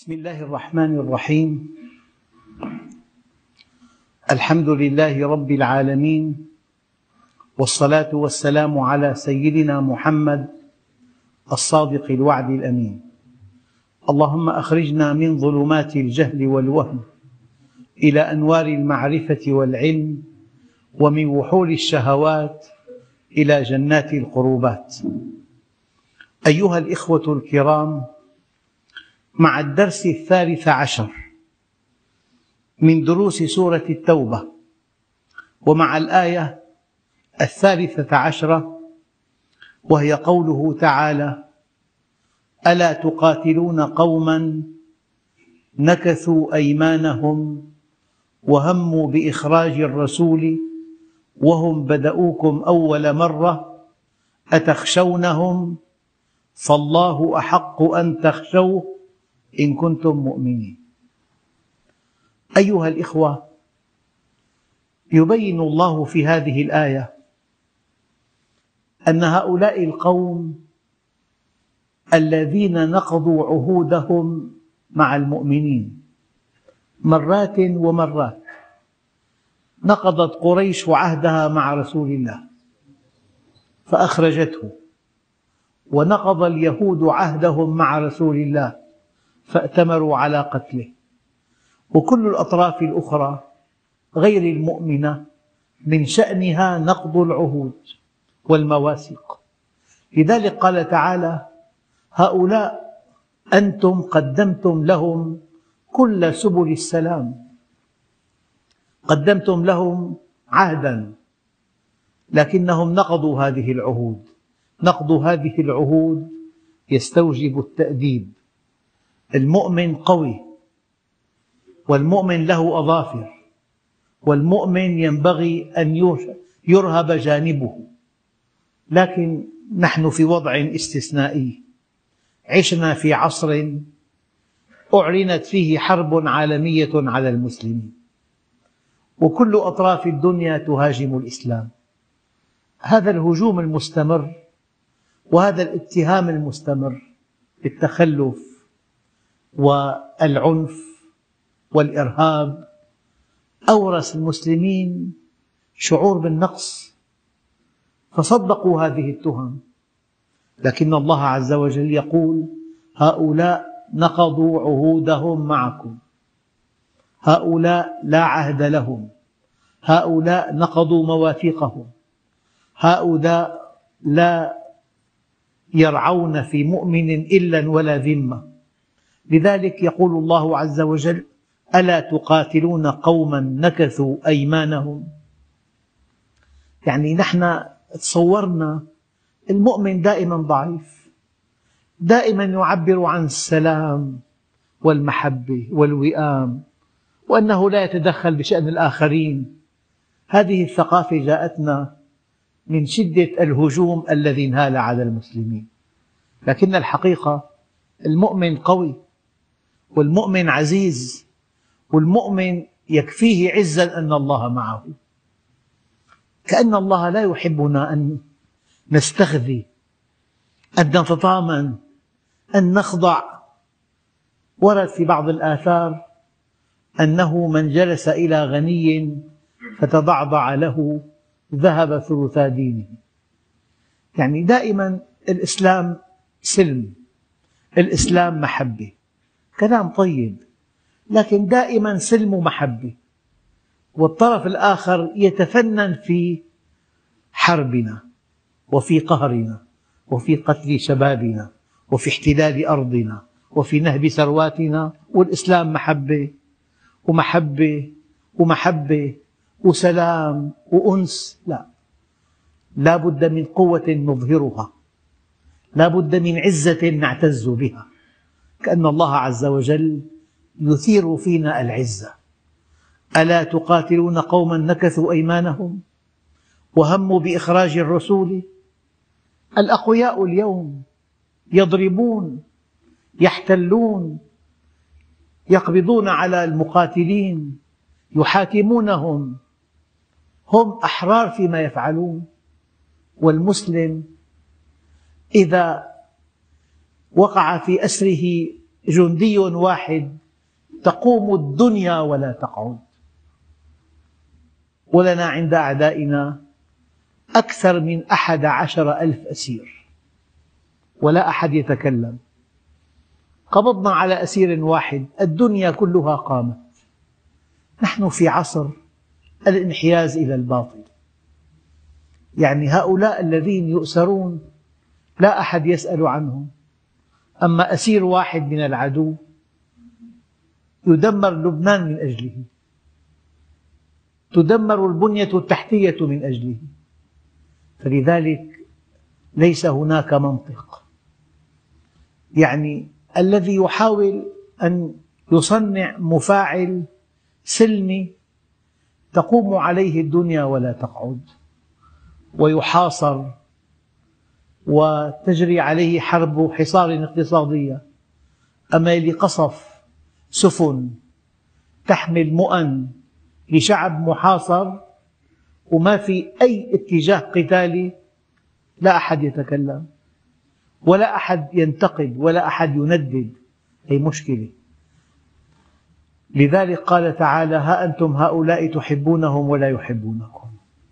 بسم الله الرحمن الرحيم. الحمد لله رب العالمين، والصلاة والسلام على سيدنا محمد الصادق الوعد الأمين. اللهم أخرجنا من ظلمات الجهل والوهم إلى أنوار المعرفة والعلم، ومن وحول الشهوات إلى جنات القربات. أيها الإخوة الكرام، مع الدرس 13 من دروس سورة التوبة، ومع الآية 13 وهي قوله تعالى: ألا تقاتلون قوما نكثوا أيمانهم وهموا بإخراج الرسول وهم بدؤوكم أول مرة أتخشونهم فالله أحق أن تخشوه إن كنتم مؤمنين. أيها الإخوة، يبين الله في هذه الآية أن هؤلاء القوم الذين نقضوا عهودهم مع المؤمنين مرات ومرات، نقضت قريش عهدها مع رسول الله فأخرجته، ونقض اليهود عهدهم مع رسول الله فأتمروا على قتله، وكل الأطراف الأخرى غير المؤمنة من شأنها نقض العهود والمواثيق. لذلك قال تعالى: هؤلاء أنتم قدمتم لهم كل سبل السلام، قدمتم لهم عهدا، لكنهم نقضوا هذه العهود. نقض هذه العهود يستوجب التأديب. المؤمن قوي، والمؤمن له أظافر، والمؤمن ينبغي أن يرهب جانبه، لكن نحن في وضع استثنائي. عشنا في عصر أعلنت فيه حرب عالمية على المسلمين، وكل أطراف الدنيا تهاجم الإسلام. هذا الهجوم المستمر وهذا الاتهام المستمر بالتخلف والعنف والإرهاب أورث المسلمين شعور بالنقص، فصدقوا هذه التهم. لكن الله عز وجل يقول: هؤلاء نقضوا عهودهم معكم، هؤلاء لا عهد لهم، هؤلاء نقضوا مواثيقهم، هؤلاء لا يرعون في مؤمن إلا ولا ذمة. لذلك يقول الله عز وجل: ألا تقاتلون قوما نكثوا أيمانهم. يعني نحن تصورنا المؤمن دائما ضعيف، دائما يعبر عن السلام والمحبة والوئام، وأنه لا يتدخل بشأن الآخرين. هذه الثقافة جاءتنا من شدة الهجوم الذي انهال على المسلمين. لكن الحقيقة المؤمن قوي، والمؤمن عزيز، والمؤمن يكفيه عزا أن الله معه. كأن الله لا يحبنا أن نستخذي، أن نتطامن، أن نخضع. ورد في بعض الآثار أنه من جلس إلى غني فتضعضع له ذهب ثلثا دينه. يعني دائما الإسلام سلم، الإسلام محبة، كلام طيب، لكن دائما سلم ومحبة، والطرف الآخر يتفنن في حربنا وفي قهرنا وفي قتل شبابنا وفي احتلال أرضنا وفي نهب ثرواتنا، والإسلام محبة ومحبة ومحبة وسلام وأنس. لا بد من قوة نظهرها، لا بد من عزة نعتز بها. كأن الله عز وجل يثير فينا العزة. ألا تقاتلون قوما نكثوا أيمانهم وهموا بإخراج الرسول. الأقوياء اليوم يضربون، يحتلون، يقبضون على المقاتلين، يحاكمونهم، هم أحرار فيما يفعلون. والمسلم إذا وقع في أسره جندي واحد تقوم الدنيا ولا تقعد. ولنا عند أعدائنا أكثر من 11,000 أسير ولا أحد يتكلم. قبضنا على أسير واحد الدنيا كلها قامت. نحن في عصر الانحياز إلى الباطل، يعني هؤلاء الذين يؤسرون لا أحد يسأل عنهم، أما أسير واحد من العدو يدمر لبنان من أجله، تدمر البنية التحتية من أجله. فلذلك ليس هناك منطق. يعني الذي يحاول أن يصنع مفاعل سلمي تقوم عليه الدنيا ولا تقعد، ويحاصر وتجري عليه حرب حصار اقتصادية. أما اللي قصف سفن تحمل مؤن لشعب محاصر وما في أي اتجاه قتالي، لا أحد يتكلم ولا أحد ينتقد ولا أحد يندد. هي مشكلة. لذلك قال تعالى: ها أنتم هؤلاء تحبونهم ولا يحبونكم.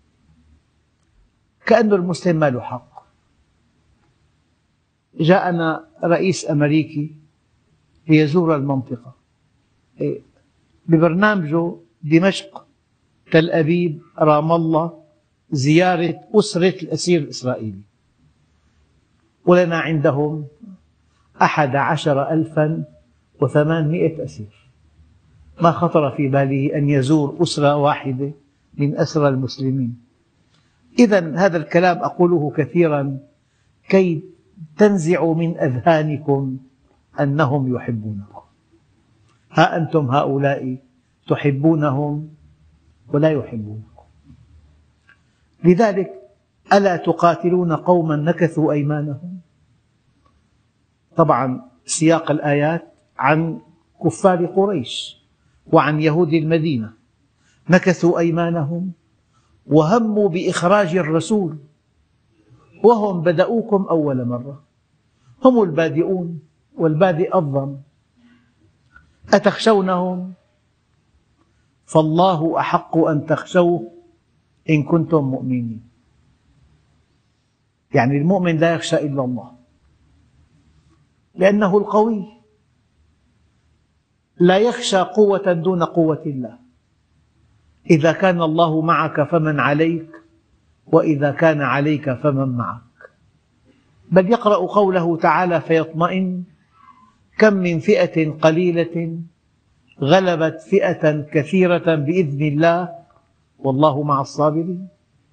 كأن المسلم ما له حق. جاءنا رئيس أمريكي ليزور المنطقة، ببرنامجه دمشق، تل أبيب، رام الله، زيارة أسرة الأسير الإسرائيلي، ولنا عندهم 11,800 أسير. ما خطر في باله أن يزور أسرة واحدة من أسرى المسلمين. إذن هذا الكلام أقوله كثيرا كي تنزعوا من أذهانكم أنهم يحبونكم. ها أنتم هؤلاء تحبونهم ولا يحبونكم. لذلك ألا تقاتلون قوما نكثوا أيمانهم. طبعا سياق الآيات عن كفار قريش وعن يهود المدينة، نكثوا أيمانهم وهموا بإخراج الرسول وهم بدأوكم أول مرة، هم البادئون والبادئ أظلم. أتخشونهم؟ فالله أحق أن تخشوه إن كنتم مؤمنين. يعني المؤمن لا يخشى إلا الله، لأنه القوي، لا يخشى قوة دون قوة الله. إذا كان الله معك فمن عليك، وإذا كان عليك فمن معك. بل يقرأ قوله تعالى فيطمئن: كم من فئة قليلة غلبت فئة كثيرة بإذن الله والله مع الصابرين.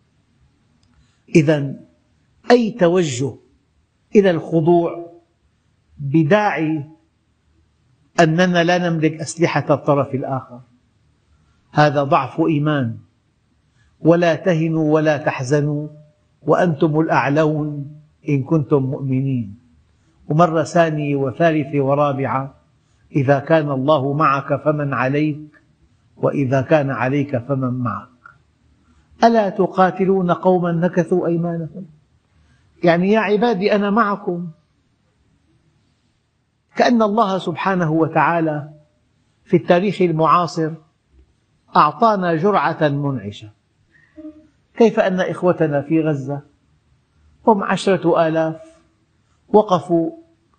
إذن أي توجه إلى الخضوع بداعي أننا لا نملك أسلحة الطرف الآخر، هذا ضعف إيمان. ولا تهنوا ولا تحزنوا وأنتم الأعلون إن كنتم مؤمنين. ومرة ثانية وثالثة ورابعة: إذا كان الله معك فمن عليك، وإذا كان عليك فمن معك. ألا تقاتلون قوما نكثوا أيمانهم. يعني يا عبادي أنا معكم. كأن الله سبحانه وتعالى في التاريخ المعاصر أعطانا جرعة منعشة. كيف أن إخوتنا في غزة هم 10,000 وقفوا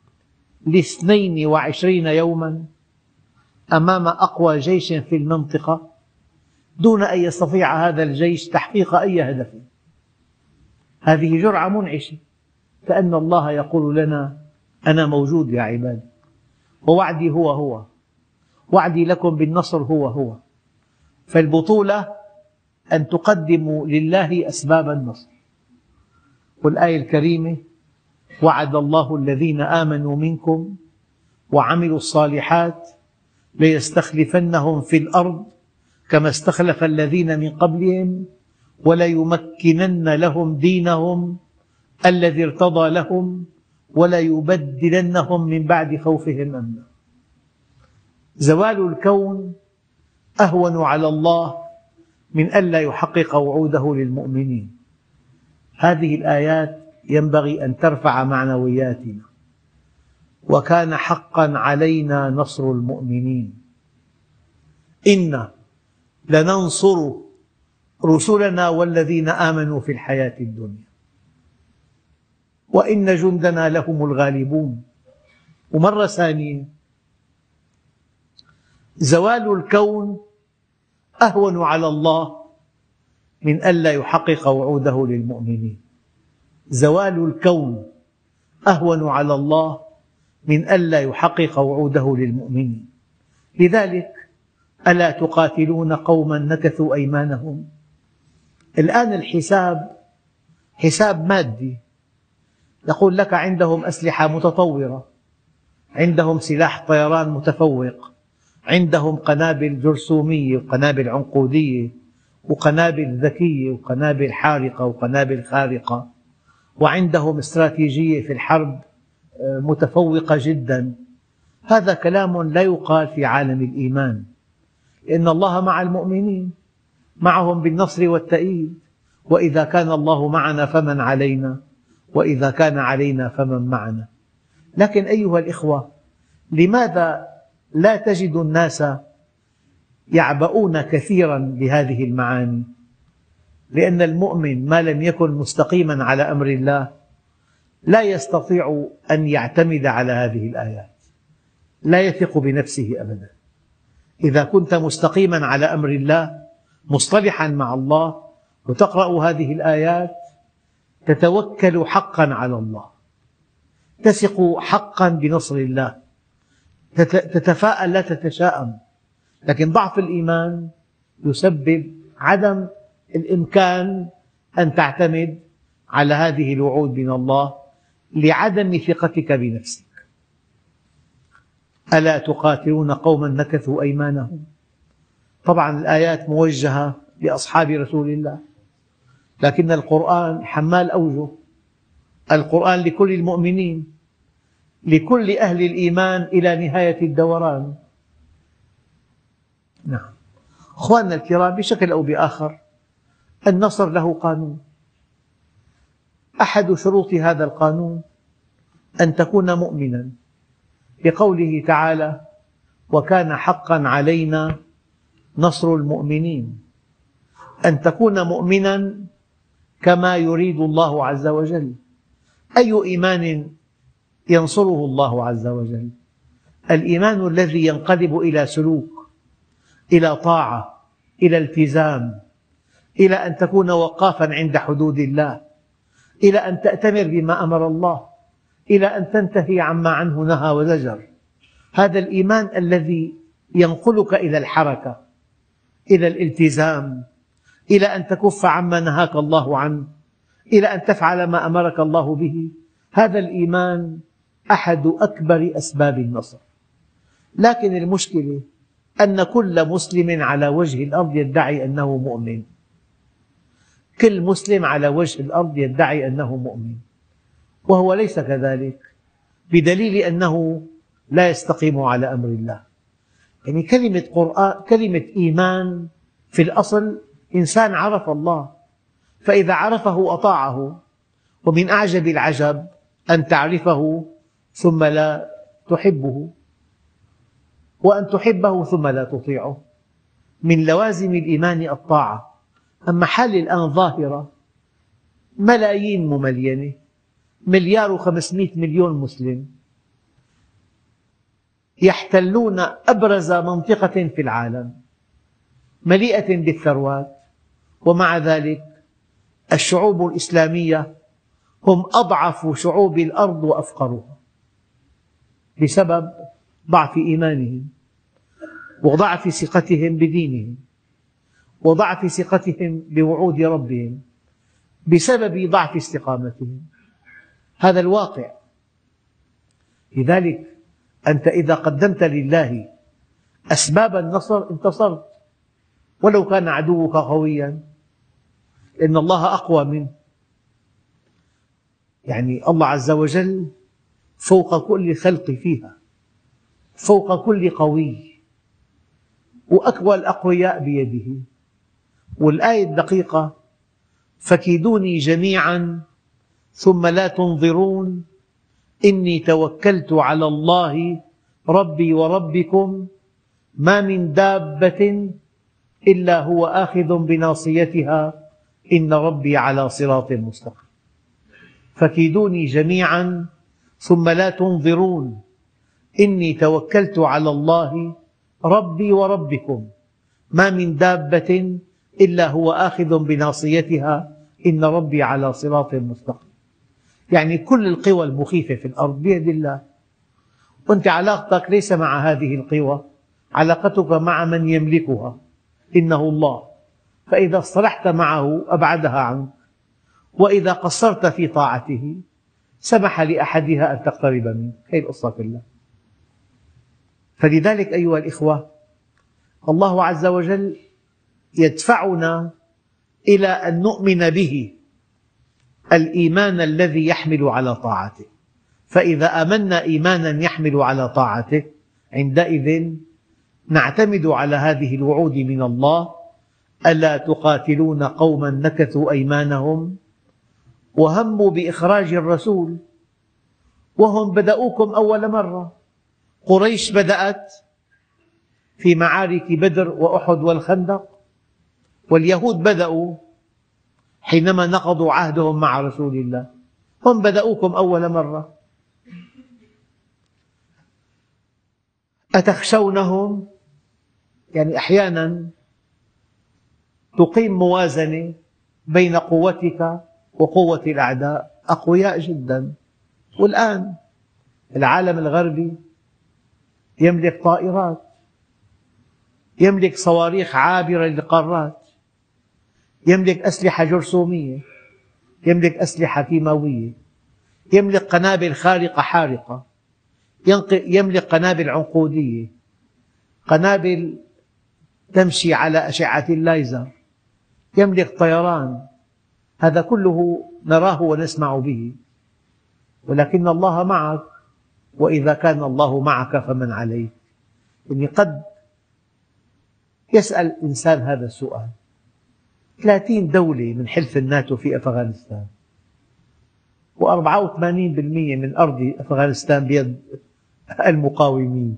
ل22 يوما أمام أقوى جيش في المنطقة دون أن يستطيع هذا الجيش تحقيق أي هدف. هذه جرعة منعشة. كأن الله يقول لنا: أنا موجود يا عبادي، ووعدي هو هو، وعدي لكم بالنصر هو هو. فالبطولة أن تقدموا لله أسباب النصر. والآية الكريمة: وعد الله الذين آمنوا منكم وعملوا الصالحات ليستخلفنهم في الأرض كما استخلف الذين من قبلهم وليمكنن لهم دينهم الذي ارتضى لهم وليبدلنهم من بعد خوفهم أمنا. زوال الكون أهون على الله من ألا يحقق وعوده للمؤمنين. هذه الآيات ينبغي أن ترفع معنوياتنا. وكان حقا علينا نصر المؤمنين إنا لننصر رسلنا والذين آمنوا في الحياة الدنيا وإن جندنا لهم الغالبون. ومرة ثانية زوال الكون أهون على الله من ألا يحقق وعوده للمؤمنين. زوال الكون أهون على الله من ألا يحقق وعوده للمؤمنين. لذلك ألا تقاتلون قوما نكثوا أيمانهم. الآن الحساب حساب مادي، يقول لك عندهم أسلحة متطورة، عندهم سلاح طيران متفوق، عندهم قنابل جرثومية وقنابل عنقودية وقنابل ذكية وقنابل حارقة وقنابل خارقة، وعندهم استراتيجية في الحرب متفوقة جدا. هذا كلام لا يقال في عالم الإيمان، لأن الله مع المؤمنين، معهم بالنصر والتأييد. وإذا كان الله معنا فمن علينا، وإذا كان علينا فمن معنا. لكن أيها الإخوة، لماذا لا تجد الناس يعبؤون كثيرا بهذه المعاني؟ لأن المؤمن ما لم يكن مستقيما على أمر الله لا يستطيع أن يعتمد على هذه الآيات، لا يثق بنفسه أبدا. إذا كنت مستقيما على أمر الله مصطلحا مع الله وتقرأ هذه الآيات تتوكل حقا على الله، تثق حقا بنصر الله، تتفاءل لا تتشاءم. لكن ضعف الإيمان يسبب عدم الإمكان أن تعتمد على هذه الوعود من الله لعدم ثقتك بنفسك. ألا تقاتلون قوما نكثوا أيمانهم. طبعا الآيات موجهة لأصحاب رسول الله، لكن القرآن حمال أوجه. القرآن لكل المؤمنين، لكل أهل الإيمان إلى نهاية الدوران. نعم أخواننا الكرام، بشكل أو بآخر النصر له قانون. أحد شروط هذا القانون أن تكون مؤمنا، لقوله تعالى: وكان حقا علينا نصر المؤمنين. أن تكون مؤمنا كما يريد الله عز وجل. أي إيمان ينصره الله عز وجل؟ الإيمان الذي ينقلب إلى سلوك، إلى طاعة، إلى التزام، إلى أن تكون وقافا عند حدود الله، إلى أن تأتمر بما أمر الله، إلى أن تنتهي عما عنه نهى وزجر. هذا الإيمان الذي ينقلك إلى الحركة، إلى الالتزام، إلى أن تكف عما نهاك الله عنه، إلى أن تفعل ما أمرك الله به. هذا الإيمان أحد أكبر أسباب النصر. لكن المشكلة أن كل مسلم على وجه الأرض يدعي أنه مؤمن. كل مسلم على وجه الأرض يدعي أنه مؤمن، وهو ليس كذلك، بدليل أنه لا يستقيم على أمر الله. يعني كلمة إيمان في الأصل إنسان عرف الله، فإذا عرفه أطاعه. ومن أعجب العجب أن تعرفه ثم لا تحبه، وأن تحبه ثم لا تطيعه. من لوازم الإيمان الطاعة. أما حال الآن ظاهرة، ملايين مملينة، 1,500,000,000 مسلم يحتلون أبرز منطقة في العالم مليئة بالثروات، ومع ذلك الشعوب الإسلامية هم أضعف شعوب الأرض وأفقرها، بسبب ضعف إيمانهم، وضعف ثقتهم بدينهم، وضعف ثقتهم بوعود ربهم، بسبب ضعف استقامتهم. هذا الواقع. لذلك أنت إذا قدمت لله أسباب النصر انتصرت، ولو كان عدوك قويا، لأن الله أقوى منه. يعني الله عز وجل فوق كل خلق فيها، فوق كل قوي، وأقوى الأقوياء بيده. والآية إني توكلت على الله ربي وربكم ما من دابة إلا هو آخذ بناصيتها إن ربي على صراط مستقيم فكيدوني جميعا ثم لا تنظرون إني توكلت على الله ربي وربكم ما من دابة إلا هو آخذ بناصيتها إن ربي على صراط مستقيم. يعني كل القوى المخيفة في الأرض بيد الله، وأنت علاقتك ليس مع هذه القوى، علاقتك مع من يملكها إنه الله، فإذا اصطلحت معه أبعدها عنك، وإذا قصرت في طاعته سمح لأحدها أن تقترب منك. هذه القصة كلها. فلذلك أيها الإخوة، الله عز وجل يدفعنا إلى أن نؤمن به الإيمان الذي يحمل على طاعته، فإذا آمنا إيمانا يحمل على طاعته عندئذ نعتمد على هذه الوعود من الله: ألا تقاتلون قوما نكثوا أيمانهم وهموا بإخراج الرسول وهم بدأوكم أول مرة. قريش بدأت في معارك بدر وأحد والخندق، واليهود بدأوا حينما نقضوا عهدهم مع رسول الله. هم بدأوكم أول مرة. أتخشونهم؟ يعني أحيانا تقيم موازنة بين قوتك وقوة الأعداء، أقوياء جدا. والآن العالم الغربي يملك طائرات، يملك صواريخ عابرة للقارات، يملك أسلحة جرثومية، يملك أسلحة كيماوية، يملك قنابل خارقة حارقة، يملك قنابل عنقودية، قنابل تمشي على أشعة الليزر، يملك طيران. هذا كله نراه ونسمع به، ولكن الله معك، وإذا كان الله معك فمن عليك. يعني قد يسأل إنسان هذا السؤال: 30 دولة من حلف الناتو في أفغانستان، و84% من أرض أفغانستان بيد المقاومين.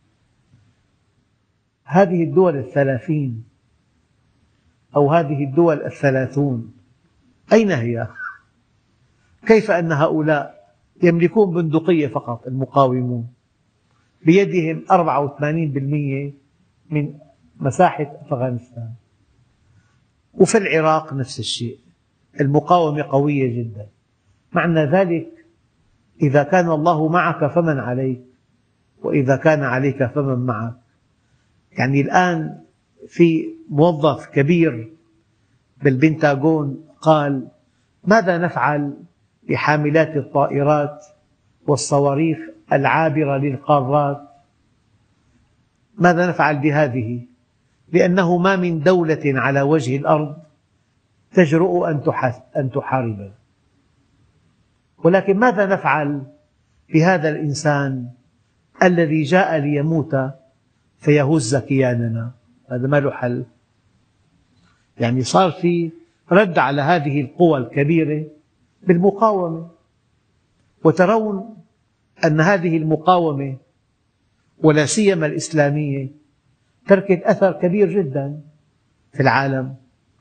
هذه الدول 30 أو هذه الدول 30 أين هي؟ كيف أن هؤلاء يملكون بندقية فقط، المقاومون بيدهم 84% من مساحة أفغانستان، وفي العراق نفس الشيء، المقاومة قوية جدا. معنى ذلك إذا كان الله معك فمن عليك، وإذا كان عليك فمن معك. يعني الآن في موظف كبير بالبنتاغون قال: ماذا نفعل بحاملات الطائرات والصواريخ العابرة للقارات؟ ماذا نفعل بهذه؟ لأنه ما من دولة على وجه الأرض تجرؤ أن تحاربنا. ولكن ماذا نفعل بهذا الإنسان الذي جاء ليموت فيهز كياننا؟ هذا ما له حل. يعني صار في رد على هذه القوى الكبيرة بالمقاومة، وترون أن هذه المقاومة ولا سيما الإسلامية تركت أثر كبير جدا في العالم.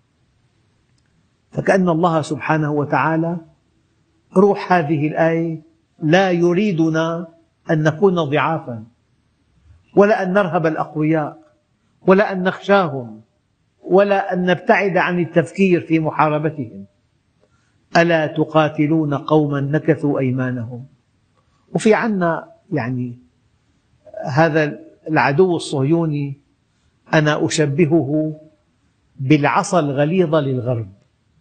فكأن الله سبحانه وتعالى روح هذه الآية لا يريدنا أن نكون ضعافا، ولا أن نرهب الأقوياء، ولا أن نخشاهم، ولا أن نبتعد عن التفكير في محاربتهم. ألا تقاتلون قوما نكثوا أيمانهم. وفي عنا يعني هذا العدو الصهيوني أنا أشبهه بالعصا الغليظة للغرب.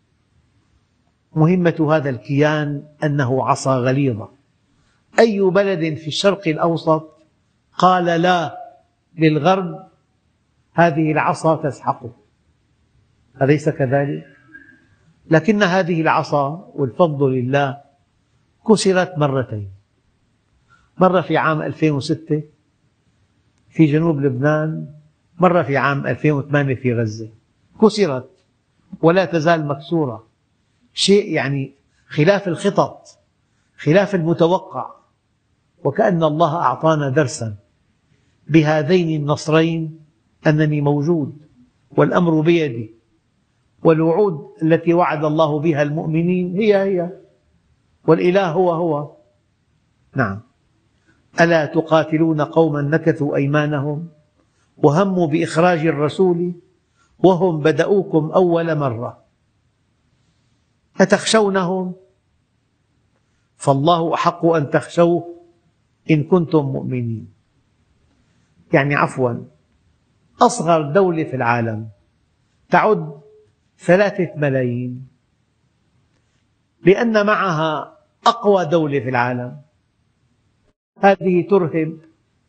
مهمة هذا الكيان أنه عصا غليظة. أي بلد في الشرق الأوسط قال لا للغرب هذه العصا تسحقه، أليس كذلك؟ لكن هذه العصا والفضل لله كسرت مرتين، مرة في عام 2006 في جنوب لبنان، مرة في عام 2008 في غزة. كسرت ولا تزال مكسورة، شيء يعني خلاف الخطط، خلاف المتوقع. وكأن الله أعطانا درسا بهذين النصرين أنني موجود والأمر بيدي، والوعود التي وعد الله بها المؤمنين هي، والإله هو. نعم. ألا تقاتلون قوما نكثوا أيمانهم وهموا بإخراج الرسول وهم بدؤوكم أول مرة أتخشونهم فالله أحق أن تخشوه إن كنتم مؤمنين. يعني عفواً، أصغر دولة في العالم تعد 3 ملايين، لأن معها أقوى دولة في العالم، هذه ترهب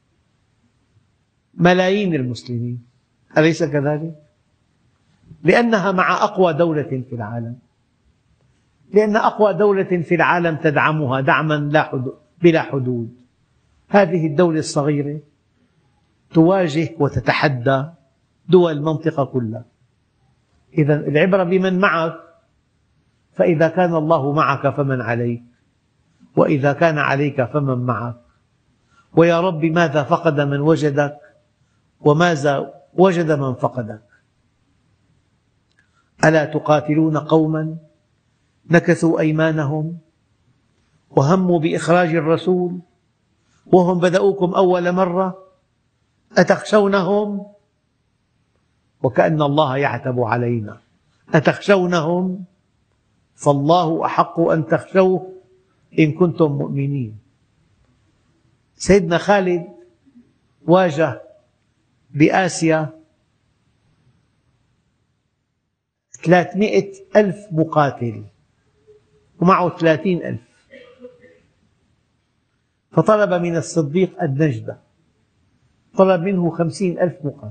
ملايين المسلمين، أليس كذلك؟ لأنها مع أقوى دولة في العالم، لأن أقوى دولة في العالم تدعمها دعما بلا حدود. هذه الدولة الصغيرة تواجه وتتحدى دول المنطقة كلها. إذن العبرة بمن معك، فإذا كان الله معك فمن عليك، وإذا كان عليك فمن معك. ويا رب ماذا فقد من وجدك وماذا وجد من فقدك. ألا تقاتلون قوما نكثوا أيمانهم وهموا بإخراج الرسول وهم بدؤوكم أول مرة أتخشونهم، وكأن الله يعتب علينا، أتخشونهم فالله أحق أن تخشوه إن كنتم مؤمنين. سيدنا خالد واجه بآسيا 300,000 مقاتل ومعه 30,000، فطلب من الصديق النجدة، طلب منه 50,000 مقاتل.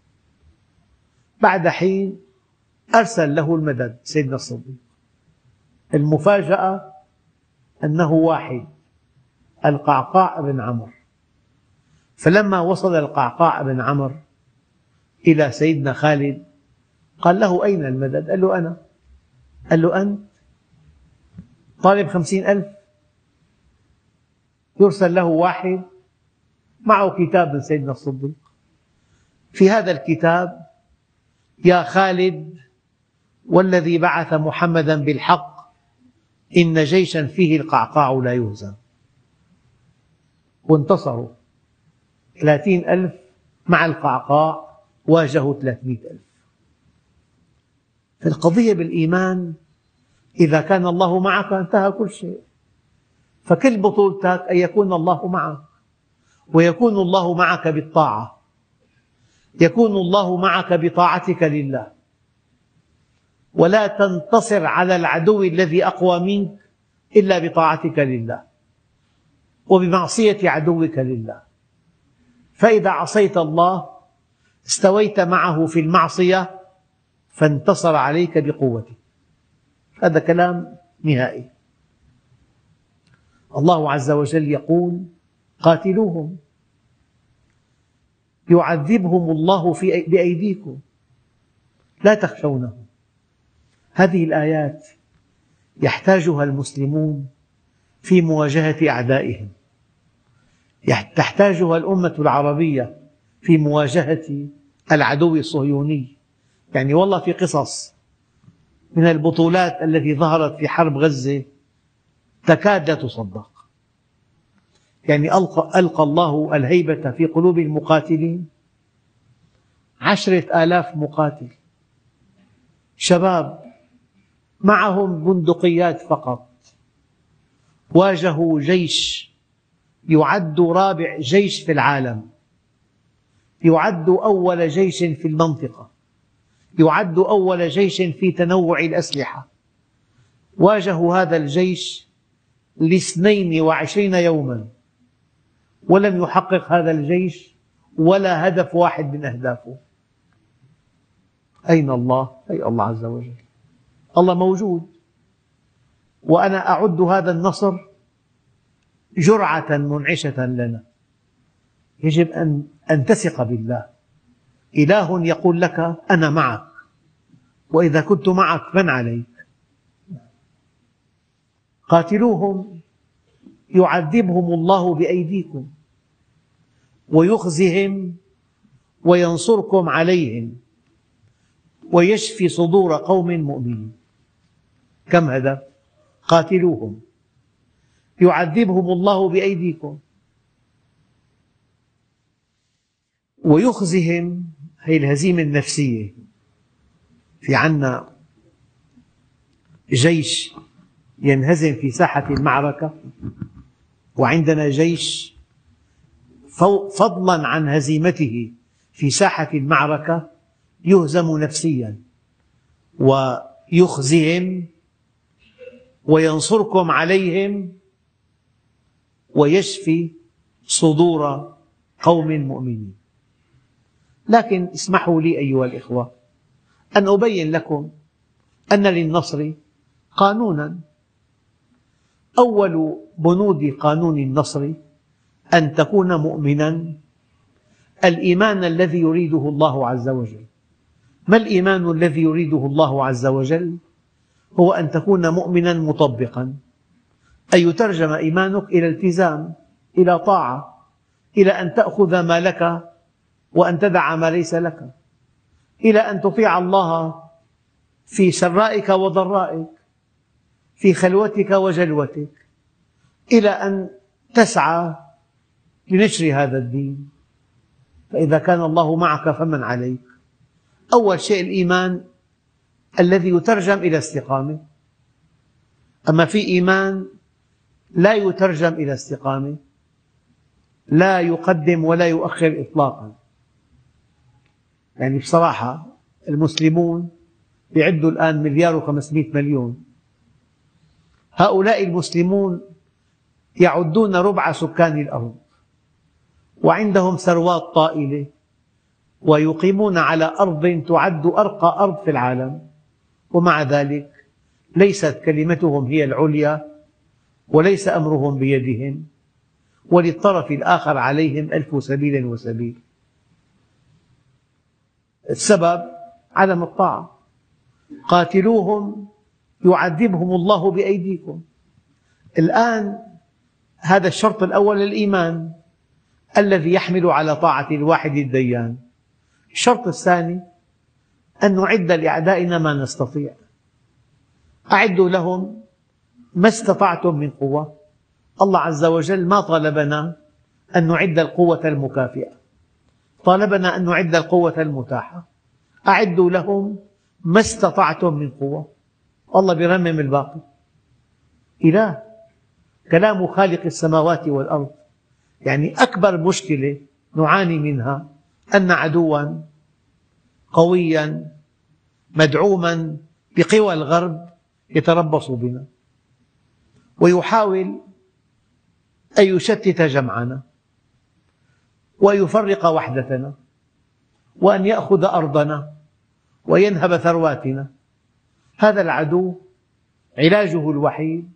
بعد حين أرسل له المدد سيدنا الصديق. المفاجأة أنه واحد، القعقاع بن عمرو. فلما وصل القعقاع بن عمرو إلى سيدنا خالد قال له: أين المدد؟ قال له: أنا. قال له: أنت طالب 50,000؟ يرسل له واحد معه كتاب من سيدنا الصديق، في هذا الكتاب: يا خالد والذي بعث محمدا بالحق إن جيشا فيه القعقاع لا يهزم. وانتصروا 30,000 مع القعقاع واجهوا 300,000. فالقضية بالإيمان، إذا كان الله معك انتهى كل شيء. فكل بطولتك أن يكون الله معك، ويكون الله معك بالطاعة، يكون الله معك بطاعتك لله، ولا تنتصر على العدو الذي أقوى منك إلا بطاعتك لله وبمعصية عدوك لله. فإذا عصيت الله استويت معه في المعصية فانتصر عليك بقوته. هذا كلام نهائي. الله عز وجل يقول: قاتلوهم يعذبهم الله بأيديكم لا تخشونهم. هذه الآيات يحتاجها المسلمون في مواجهة أعدائهم، تحتاجها الأمة العربية في مواجهة العدو الصهيوني. يعني والله في قصص من البطولات التي ظهرت في حرب غزة تكاد لا تصدق. يعني ألقى الله الهيبة في قلوب المقاتلين. 10,000 مقاتل شباب معهم بندقيات فقط، واجهوا جيش يعد رابع جيش في العالم، يعد أول جيش في المنطقة، يعد أول جيش في تنوع الأسلحة. واجهوا هذا الجيش ل22 يوما، ولم يحقق هذا الجيش ولا هدف واحد من أهدافه. أين الله؟ أي الله عز وجل. الله موجود، وأنا أعد هذا النصر جرعة منعشة لنا. يجب أن تثق بالله. إله يقول لك: أنا معك، وإذا كنت معك من عليك. قاتلوهم يعذبهم الله بأيديكم ويخزهم وينصركم عليهم ويشفي صدور قوم مؤمنين. كم هدف؟ قاتلوهم، يعذبهم الله بأيديكم، ويخزهم، هي الهزيمة النفسية. في عنا جيش ينهزم في ساحة المعركة، وعندنا جيش فضلا عن هزيمته في ساحة المعركة يهزم نفسيا. ويخزهم وينصركم عليهم ويشفي صدور قوم مؤمنين. لكن اسمحوا لي أيها الإخوة أن أبين لكم أن للنصر قانونا. أول بنود قانون النصر أن تكون مؤمنا الإيمان الذي يريده الله عز وجل. ما الإيمان الذي يريده الله عز وجل؟ هو أن تكون مؤمنا مطبقا، أن يترجم إيمانك إلى التزام، إلى طاعة، إلى أن تأخذ ما لك وأن تدع ما ليس لك، إلى أن تطيع الله في سرائك وضرائك، في خلوتك وجلوتك، إلى أن تسعى لنشر هذا الدين. فإذا كان الله معك فمن عليك؟ أول شيء الإيمان الذي يترجم إلى استقامة. أما في إيمان لا يترجم إلى استقامة، لا يقدم ولا يؤخر إطلاقا. يعني بصراحة المسلمون يعدوا الآن 1,500,000,000. هؤلاء المسلمون يعدون ربع سكان الأرض، وعندهم ثروات طائلة، ويقيمون على أرض تعد أرقى أرض في العالم، ومع ذلك ليست كلمتهم هي العليا، وليس أمرهم بيدهم، وللطرف الآخر عليهم 1000 سبيل وسبيل. السبب عدم الطاعة. قاتلوهم يعذبهم الله بأيديكم. الآن هذا الشرط الأول الإيمان الذي يحمل على طاعة الواحد الديان. الشرط الثاني أن نعد لأعدائنا ما نستطيع. أعدوا لهم ما استطعتم من قوة. الله عز وجل ما طالبنا أن نعد القوة المكافئة، طالبنا أن نعد القوة المتاحة. أعدوا لهم ما استطعتم من قوة. الله يرمم الباقي. إله، كلام خالق السماوات والأرض. يعني أكبر مشكلة نعاني منها أن عدواً قوياً مدعوماً بقوى الغرب يتربص بنا ويحاول أن يشتت جمعنا ويفرق وحدتنا وأن يأخذ أرضنا وينهب ثرواتنا. هذا العدو علاجه الوحيد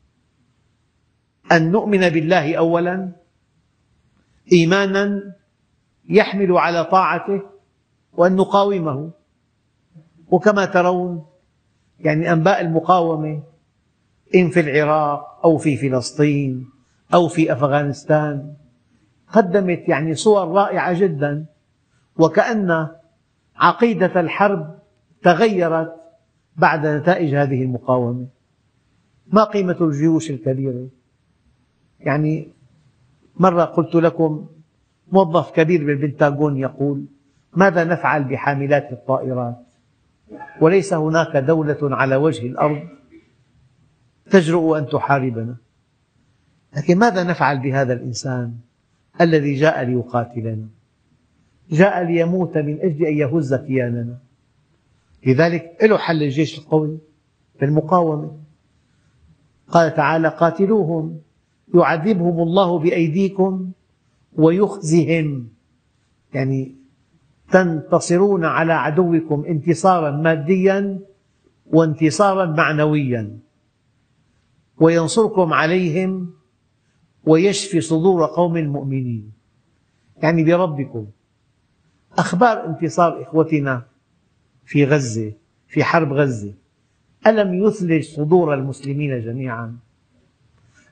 أن نؤمن بالله أولاً إيماناً يحمل على طاعته، وأن نقاومه. وكما ترون يعني أنباء المقاومة إن في العراق أو في فلسطين أو في أفغانستان قدمت يعني صور رائعة جدا، وكأن عقيدة الحرب تغيرت بعد نتائج هذه المقاومة. ما قيمة الجيوش الكبيرة؟ يعني مرة قلت لكم موظف كبير بالبنتاغون يقول: ماذا نفعل بحاملات الطائرات وليس هناك دولة على وجه الأرض تجرؤ أن تحاربنا؟ لكن ماذا نفعل بهذا الإنسان الذي جاء ليقاتلنا، جاء ليموت من أجل أن يهز كياننا؟ لذلك له حل الجيش القوي بالمقاومة. قال تعالى: قاتلوهم يعذبهم الله بأيديكم ويخزهم. يعني تنتصرون على عدوكم انتصاراً مادياً وانتصاراً معنوياً، وينصركم عليهم ويشفي صدور قوم مؤمنين. يعني بربكم. أخبار انتصار إخوتنا في غزة، في حرب غزة، ألم يثلج صدور المسلمين جميعاً؟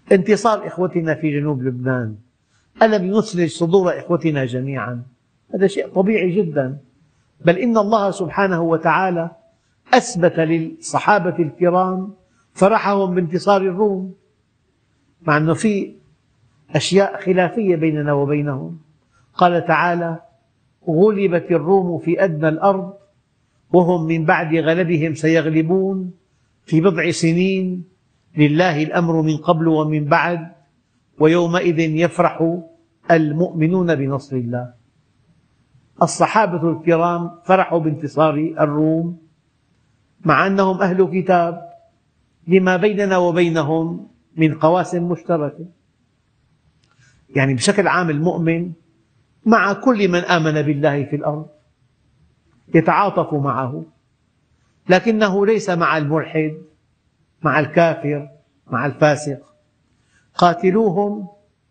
انتصار إخوتنا في جنوب لبنان ألم يثلج صدور إخوتنا جميعا؟ هذا شيء طبيعي جدا. بل إن الله سبحانه وتعالى أثبت للصحابة الكرام فرحهم بانتصار الروم، مع أنه في أشياء خلافية بيننا وبينهم. قال تعالى: غلبت الروم في أدنى الأرض وهم من بعد غلبهم سيغلبون في بضع سنين لله الأمر من قبل ومن بعد ويومئذ يفرح المؤمنون بنصر الله. الصحابة الكرام فرحوا بانتصار الروم مع أنهم أهل كتاب لما بيننا وبينهم من قواسم مشتركة. يعني بشكل عام المؤمن مع كل من آمن بالله في الأرض يتعاطف معه، لكنه ليس مع الملحد، مع الكافر، مع الفاسق. قاتلوهم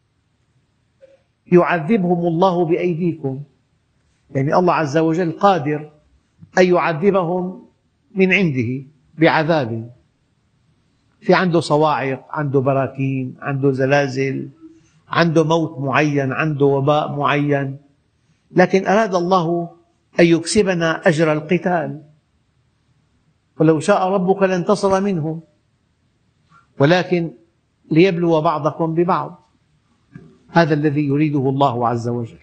يعذبهم الله بأيديكم، يعني الله عز وجل قادر أن يعذبهم من عنده بعذاب، في عنده صواعق، عنده براكين، عنده زلازل، عنده موت معين، عنده وباء معين، لكن أراد الله أن يكسبنا أجر القتال، ولو شاء ربك لانتصر منهم، ولكن ليبلو بعضكم ببعض. هذا الذي يريده الله عز وجل.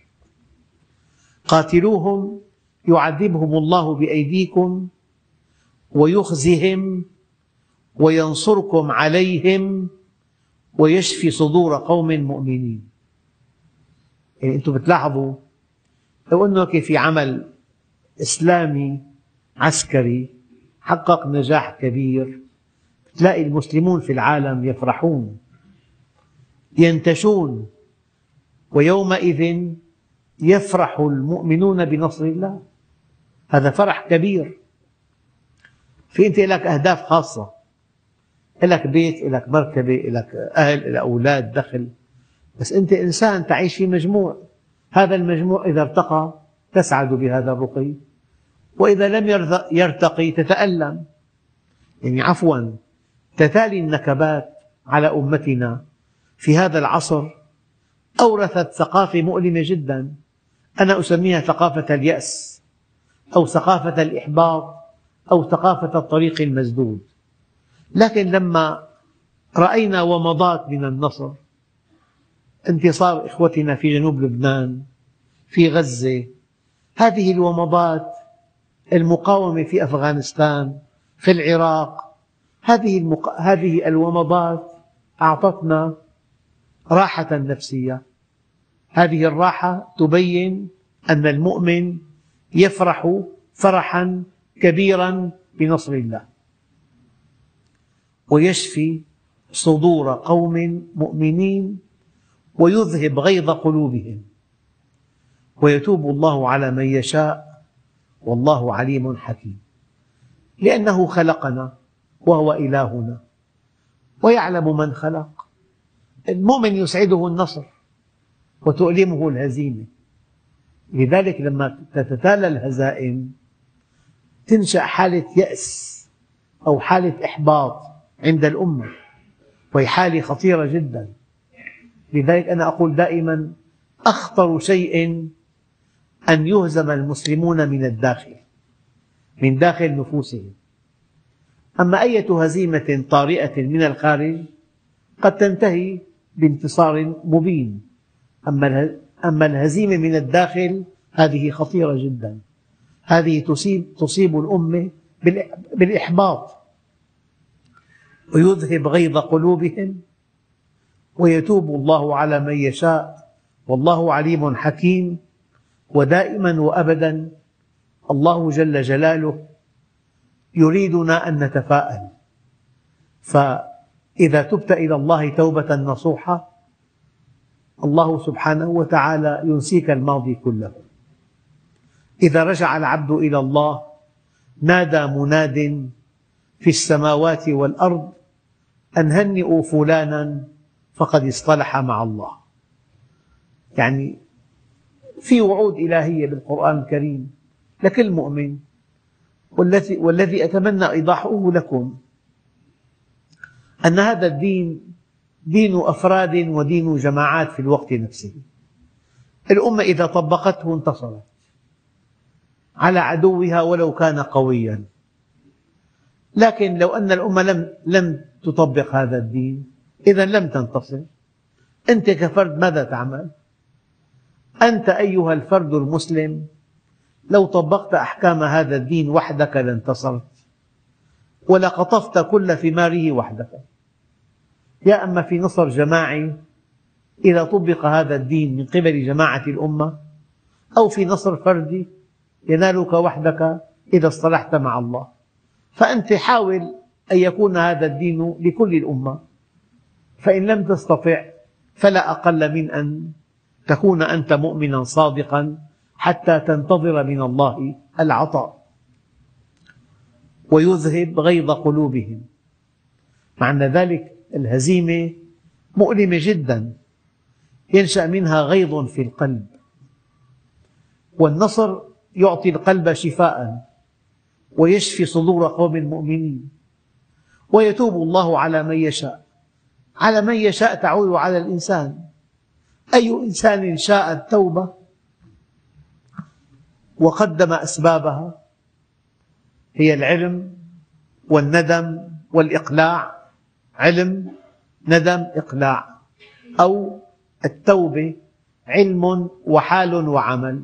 قاتلوهم يعذبهم الله بأيديكم ويخزهم وينصركم عليهم ويشفي صدور قوم مؤمنين. يعني أنتم بتلاحظوا لو أنك في عمل إسلامي عسكري حقق نجاح كبير، تلاقي المسلمون في العالم يفرحون ينتشون، ويومئذ يفرح المؤمنون بنصر الله. هذا فرح كبير. أنت لك أهداف خاصة، لك بيت، لك مركبة، لك أهل، لك أولاد، دخل، بس أنت إنسان تعيش في مجموع. هذا المجموع إذا ارتقى تسعد بهذا الرقي، وإذا لم يرتقي تتألم. يعني عفوا، تتالي النكبات على أمتنا في هذا العصر أورثت ثقافة مؤلمة جدا، أنا أسميها ثقافة اليأس أو ثقافة الإحباط أو ثقافة الطريق المسدود. لكن لما رأينا ومضات من النصر، انتصار إخوتنا في جنوب لبنان، في غزة، هذه الومضات، المقاومة في أفغانستان، في العراق، هذه الومضات أعطتنا راحة نفسية. هذه الراحة تبين أن المؤمن يفرح فرحا كبيرا بنصر الله، ويشفي صدور قوم مؤمنين ويذهب غيظ قلوبهم ويتوب الله على من يشاء والله عليم حكيم. لأنه خلقنا وهو إلهنا ويعلم من خلق. المؤمن يسعده النصر وتؤلمه الهزيمة، لذلك لما تتتالى الهزائم تنشأ حالة يأس أو حالة إحباط عند الأمة، وهي حالة خطيرة جدا. لذلك أنا أقول دائما أخطر شيء أن يهزم المسلمون من الداخل، من داخل نفوسهم. أما أية هزيمة طارئة من الخارج قد تنتهي بانتصار مبين، أما الهزيمة من الداخل هذه خطيرة جدا. هذه تصيب الأمة بالإحباط، ويذهب غيظ قلوبهم ويتوب الله على من يشاء والله عليم حكيم. ودائما وأبدا الله جل جلاله يريدنا أن نتفاءل، فإذا تبت إلى الله توبة نصوحة الله سبحانه وتعالى ينسيك الماضي كله. إذا رجع العبد إلى الله نادى مناد في السماوات والأرض أن هنئوا فلانا فقد اصطلح مع الله. يعني في وعود إلهية بالقرآن الكريم لكل مؤمن، والذي أتمنى إيضاحه لكم أن هذا الدين دين أفراد ودين جماعات في الوقت نفسه. الأمة إذا طبقته انتصرت على عدوها ولو كان قويا، لكن لو أن الأمة لم تطبق هذا الدين إذا لم تنتصر. أنت كفرد ماذا تعمل؟ أنت أيها الفرد المسلم لو طبقت أحكام هذا الدين وحدك لانتصرت، ولقطفت كل ثماره وحدك. يا أما في نصر جماعي إذا طبق هذا الدين من قبل جماعة الأمة، أو في نصر فردي ينالك وحدك إذا اصطلحت مع الله. فأنت حاول أن يكون هذا الدين لكل الأمة، فإن لم تستطع فلا أقل من أن تكون أنت مؤمنا صادقا حتى تنتظر من الله العطاء ويذهب غيظ قلوبهم. معنى ذلك الهزيمة مؤلمة جدا، ينشأ منها غيظ في القلب، والنصر يعطي القلب شفاء ويشفي صدور قوم مؤمنين، ويتوب الله على من يشاء. على من يشاء تعود على الإنسان. أي إنسان شاء التوبة وقدم أسبابها هي العلم والندم والإقلاع. علم، ندم، إقلاع، أو التوبة علم وحال وعمل.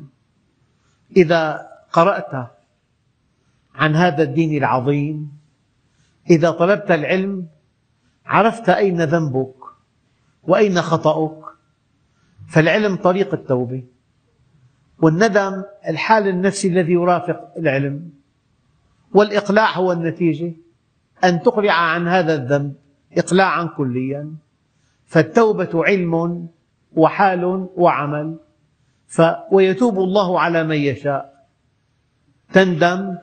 إذا قرأت عن هذا الدين العظيم، إذا طلبت العلم عرفت أين ذنبك وأين خطأك، فالعلم طريق التوبة، والندم الحال النفسي الذي يرافق العلم، والإقلاع هو النتيجة، أن تقلع عن هذا الذنب إقلاعا كليا. فالتوبة علم وحال وعمل. ويتوب الله على من يشاء. تندم،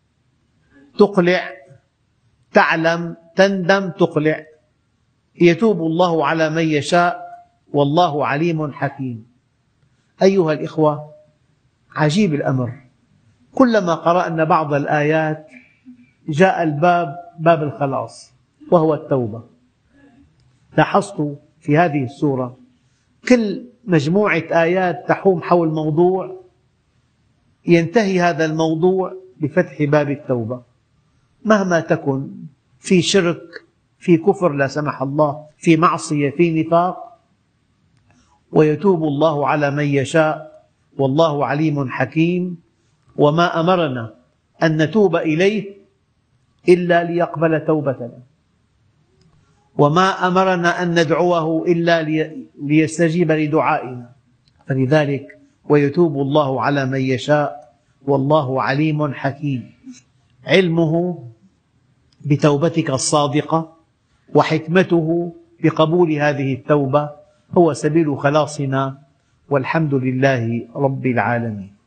تقلع، تعلم، تندم، تقلع. يتوب الله على من يشاء والله عليم حكيم. أيها الإخوة، عجيب الأمر، كلما قرأنا بعض الآيات جاء باب الخلاص وهو التوبة. لاحظت في هذه السورة كل مجموعة آيات تحوم حول موضوع ينتهي هذا الموضوع بفتح باب التوبة. مهما تكن، في شرك، في كفر لا سمح الله، في معصية، في نفاق، ويتوب الله على من يشاء والله عليم حكيم. وما أمرنا أن نتوب إليه إلا ليقبل توبتنا، وما أمرنا أن ندعوه إلا ليستجيب لدعائنا. فلذلك ويتوب الله على من يشاء والله عليم حكيم. علمه بتوبتك الصادقة وحكمته بقبول هذه التوبة هو سبيل خلاصنا، والحمد لله رب العالمين.